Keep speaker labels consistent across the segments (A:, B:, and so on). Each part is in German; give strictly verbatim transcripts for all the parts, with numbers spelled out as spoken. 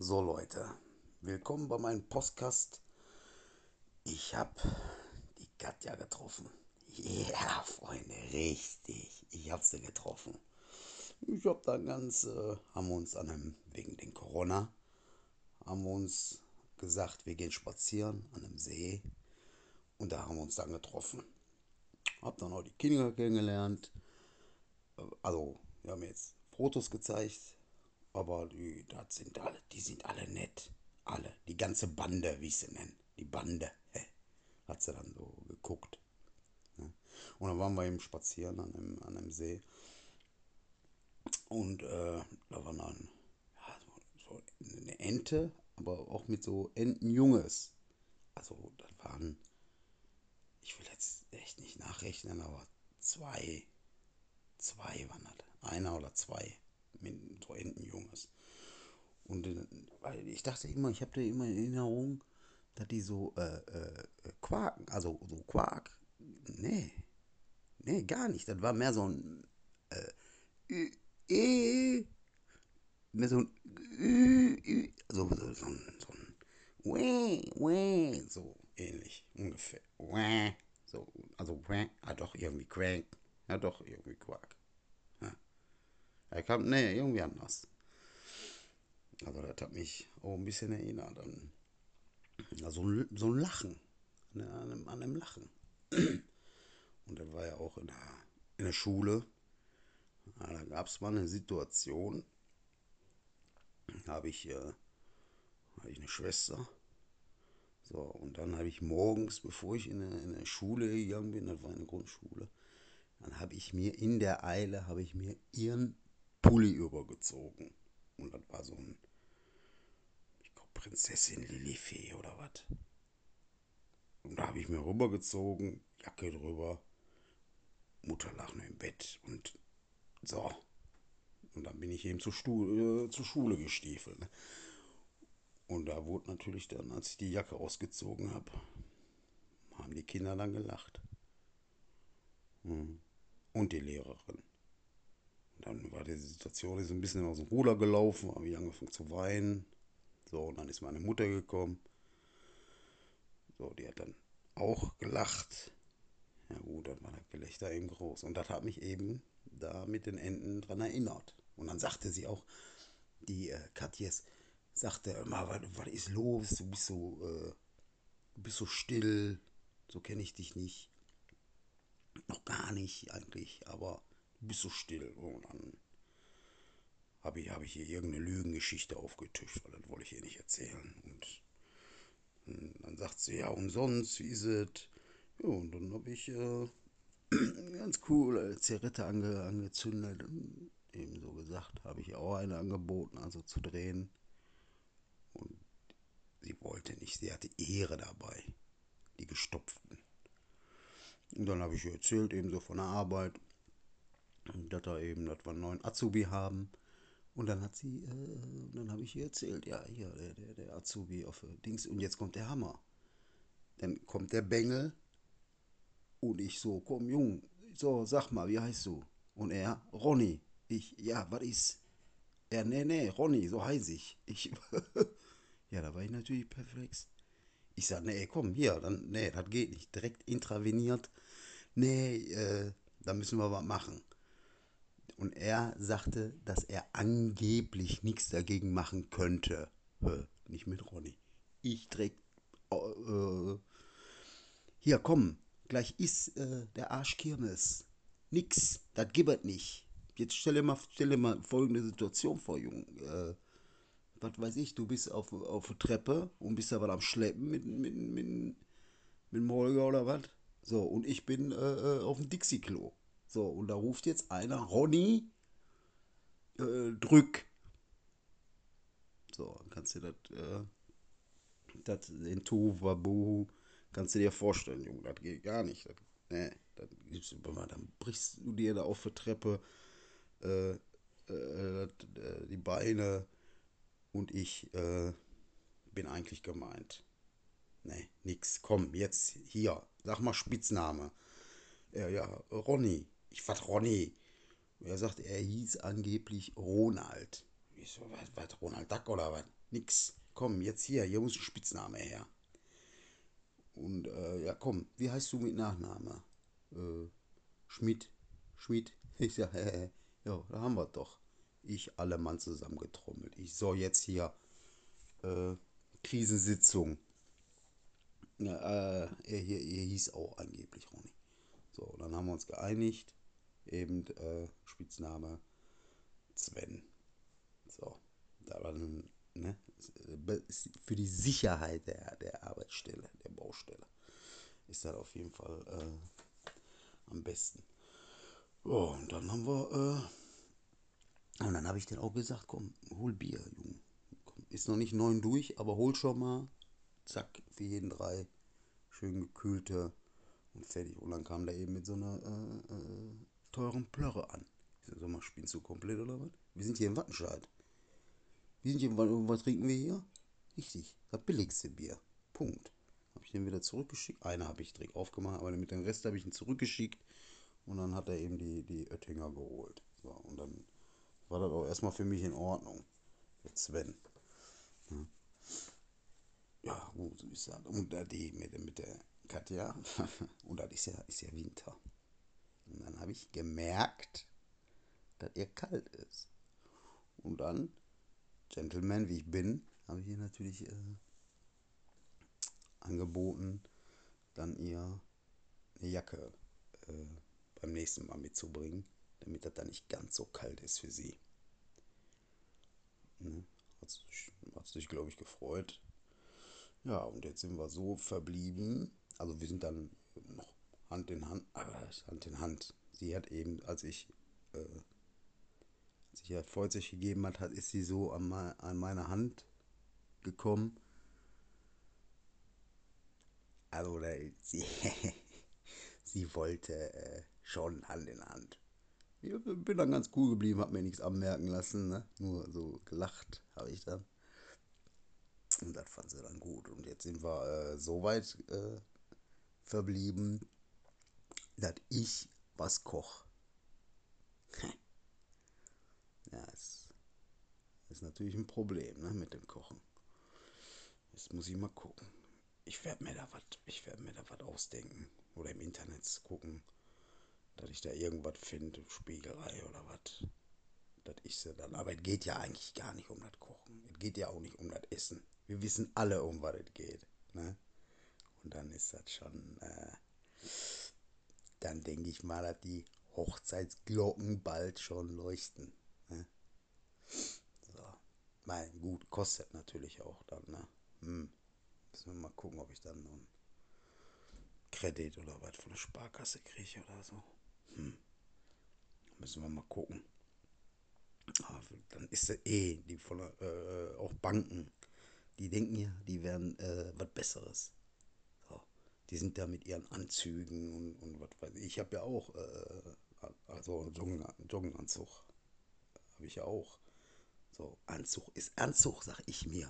A: So Leute, willkommen bei meinem Podcast. Ich habe die Katja getroffen. Ja, Freunde, richtig. Ich habe sie getroffen. Ich habe dann ganz, äh, haben wir uns an einem, wegen den Corona, haben wir uns gesagt, wir gehen spazieren an einem See. Und da haben wir uns dann getroffen. Hab dann auch die Kinder kennengelernt. Also, wir haben jetzt Fotos gezeigt. Aber die, das sind alle, die sind alle nett. Alle. Die ganze Bande, wie ich sie nenne. Die Bande. Hä? Hat sie dann so geguckt. Ne? Und dann waren wir eben spazieren an einem, an einem See. Und äh, da war dann ja, so, so eine Ente, aber auch mit so Entenjunges. Also das waren, ich will jetzt echt nicht nachrechnen, aber zwei, zwei waren das. Einer oder zwei mit so Entenjunges. Und äh, weil ich dachte immer, ich habe da immer in Erinnerung, dass die so äh, äh, quaken, also so Quark. Nee, nee, gar nicht. Das war mehr so ein äh, äh, mehr so ein äh, äh, so, so, so, ein, so ein Wäh, wäh, so ähnlich ungefähr. Wäh, so, also wäh, ah doch irgendwie Quack, ja doch irgendwie Quark. Ja. Er kam, nee, irgendwie anders. Also das hat mich auch ein bisschen erinnert an, also so ein Lachen, an einem, an einem Lachen. Und das war ja auch in der, in der Schule. Ja, da gab es mal eine Situation, da habe ich, äh, hab ich eine Schwester. So, und dann habe ich morgens, bevor ich in eine, in eine Schule gegangen bin, das war eine Grundschule, dann habe ich mir in der Eile, habe ich mir ihren Pulli übergezogen. Und das war so ein, ich glaube, Prinzessin Lilifee oder was. Und da habe ich mir rübergezogen, Jacke drüber, Mutter lag nur im Bett und so. Und dann bin ich eben zur, Stu äh, zur Schule gestiefelt. Ne? Und da wurde natürlich dann, als ich die Jacke ausgezogen habe, haben die Kinder dann gelacht. Mhm. Und die Lehrerin. Und dann war die Situation so ein bisschen aus dem Ruder gelaufen, habe ich angefangen zu weinen. So, und dann ist meine Mutter gekommen. So, die hat dann auch gelacht. Ja gut, dann war das Gelächter eben groß. Und das hat mich eben da mit den Enten dran erinnert. Und dann sagte sie auch, die äh, Katjes, sagte immer, was, was ist los? Du bist so, äh, du bist so still, so kenne ich dich nicht. Noch gar nicht eigentlich, aber du bist so still. Und dann habe ich, hab ich hier irgendeine Lügengeschichte aufgetischt, weil das wollte ich ihr nicht erzählen. Und dann sagt sie, ja, und sonst, wie ist es? Ja, und dann habe ich äh, ganz cool eine Zigarette ange, angezündet. Und ebenso gesagt, habe ich auch eine angeboten, also zu drehen. Und sie wollte nicht, sie hatte Ehre dabei, die gestopften. Und dann habe ich ihr erzählt, ebenso von der Arbeit, dass da eben, dass wir einen neuen Azubi haben. Und dann hat sie, äh, dann habe ich ihr erzählt, ja, hier, der, der, der Azubi auf äh, Dings. Und jetzt kommt der Hammer. Dann kommt der Bengel und ich so, komm, Jung, so, sag mal, wie heißt du? Und er, Ronny. Ich, ja, was ist? Er, nee, nee, Ronny, so heiß ich. Ich, ja, da war ich natürlich perplex. Ich sag, nee, komm, hier, dann, nee, das geht nicht. Direkt intraveniert. Nee, äh, da müssen wir was machen. Und er sagte, dass er angeblich nichts dagegen machen könnte. Hä, nicht mit Ronny. Ich direkt, äh, hier, komm, gleich ist äh, der Arsch Kirmes. Nix, das gibt es nicht. Jetzt stell dir mal, stell dir mal folgende Situation vor, Junge. Äh, was weiß ich, du bist auf, auf der Treppe und bist da was am Schleppen mit, mit, mit, mit dem Holger oder was. So, und ich bin äh, äh, auf dem Dixie-Klo. So, und da ruft jetzt einer, Ronny, äh, drück. So, dann kannst du das, äh, das in Tohuwabohu, kannst du dir vorstellen, Junge, das geht gar nicht. Das, nee, das, dann brichst du dir da auf der Treppe äh, äh, die Beine und ich äh, bin eigentlich gemeint. Nee, nix. Komm, jetzt hier. Sag mal Spitzname. Ja, ja, Ronny. Ich was Ronny. Er sagt, er hieß angeblich Ronald. Ich so, was, was Ronald Duck oder was? nix. Komm, jetzt hier, hier muss ein Spitzname her. Und äh, ja, komm, wie heißt du mit Nachname? Äh, Schmidt. Schmidt. Ich sag, äh, ja, da haben wir doch. Ich alle Mann zusammengetrommelt. Ich so jetzt hier äh, Krisensitzung. Ja, äh, er, hier, er hieß auch angeblich Ronny. So, und dann haben wir uns geeinigt. Eben äh, Spitzname Sven. So, da war dann, ne, für die Sicherheit der, der Arbeitsstelle, der Baustelle, ist das auf jeden Fall äh, am besten. Oh, und dann haben wir, äh, und dann habe ich dann auch gesagt, komm, hol Bier, Junge. Komm, ist noch nicht neun durch, aber hol schon mal. Zack, für jeden drei. Schön gekühlte und fertig. Und dann kam der eben mit so einer äh, äh, teuren Plörre an. Ich sag, sag mal, spielst du komplett oder was? Wir sind hier in Wattenscheid. Wir sind hier, in Wat- was trinken wir hier? Richtig, das billigste Bier. Punkt. Habe ich den wieder zurückgeschickt. Eine habe ich direkt aufgemacht, aber mit dem Rest habe ich ihn zurückgeschickt. Und dann hat er eben die, die Oettinger geholt. So, und dann war das auch erstmal für mich in Ordnung. Der Sven. Ja, gut, so ist das. Und da die mit, mit der Katja. Und das ist ja, ist ja Winter. Und dann habe ich gemerkt, dass ihr kalt ist. Und dann, Gentleman wie ich bin, habe ich ihr natürlich äh, angeboten, dann ihr eine Jacke äh, beim nächsten Mal mitzubringen, damit das dann nicht ganz so kalt ist für sie. Ne? Hat sich, hat sich glaube ich, gefreut. Ja, und jetzt sind wir so verblieben. Also wir sind dann noch Hand in Hand, aber Hand in Hand. Sie hat eben, als ich äh, sich ja vor sich gegeben hat, hat, ist sie so an, an meine Hand gekommen. Also da, sie, sie wollte äh, schon Hand in Hand. Ich bin dann ganz cool geblieben, hab mir nichts anmerken lassen, ne? Nur so gelacht habe ich dann. Und das fand sie dann gut. Und jetzt sind wir äh, so weit äh, verblieben, dass ich was koche. Ja, es ist natürlich ein Problem, ne, mit dem Kochen. Jetzt muss ich mal gucken. Ich werde mir da was, ich werde mir da was ausdenken. Oder im Internet gucken, dass ich da irgendwas finde, Spiegelei oder was. Das ich sie dann. Aber es geht ja eigentlich gar nicht um das Kochen. Es geht ja auch nicht um das Essen. Wir wissen alle, um was es geht. Ne? Und dann ist das schon, äh, dann denke ich mal, dass die Hochzeitsglocken bald schon leuchten. Ne? So. Mein, gut, kostet natürlich auch dann, ne? Hm. Müssen wir mal gucken, ob ich dann noch einen Kredit oder was von der Sparkasse kriege oder so. Hm. Müssen wir mal gucken. Aber dann ist ja eh, die von der, äh, auch Banken, die denken ja, die wären äh, was Besseres. So. Die sind da mit ihren Anzügen und, und was weiß ich. Ich habe ja auch, äh, also einen Joggen, Joggenanzug. Habe ich ja auch. So, Anzug ist Anzug, sag ich mir.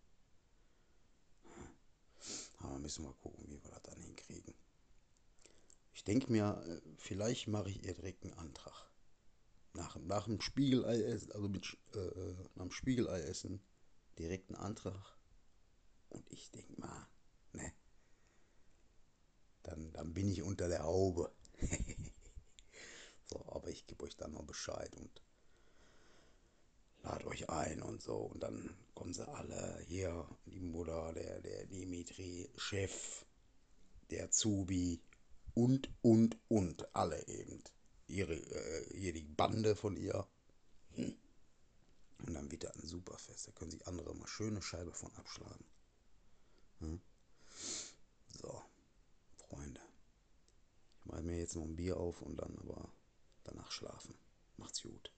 A: Aber müssen wir mal gucken, wie wir das dann hinkriegen. Ich denke mir, äh, vielleicht mache ich ihr direkt einen Antrag. Nach, nach dem Spiegelei essen, also mit, äh, äh, nach dem Spiegelei essen, direkt einen Antrag. Und ich denke mal, ne, dann, dann bin ich unter der Haube. So, aber ich gebe euch dann noch Bescheid und lade euch ein und so. Und dann kommen sie alle hier, die Mutter, der, der Dimitri, Chef, der Zubi und, und, und, alle eben. Ihre, äh, hier die Bande von ihr. Und dann wird das ein super Fest. Da können sich andere mal schöne Scheibe von abschlagen. Hm? So, Freunde. Ich mache mir jetzt noch ein Bier auf und dann aber danach schlafen. Macht's gut.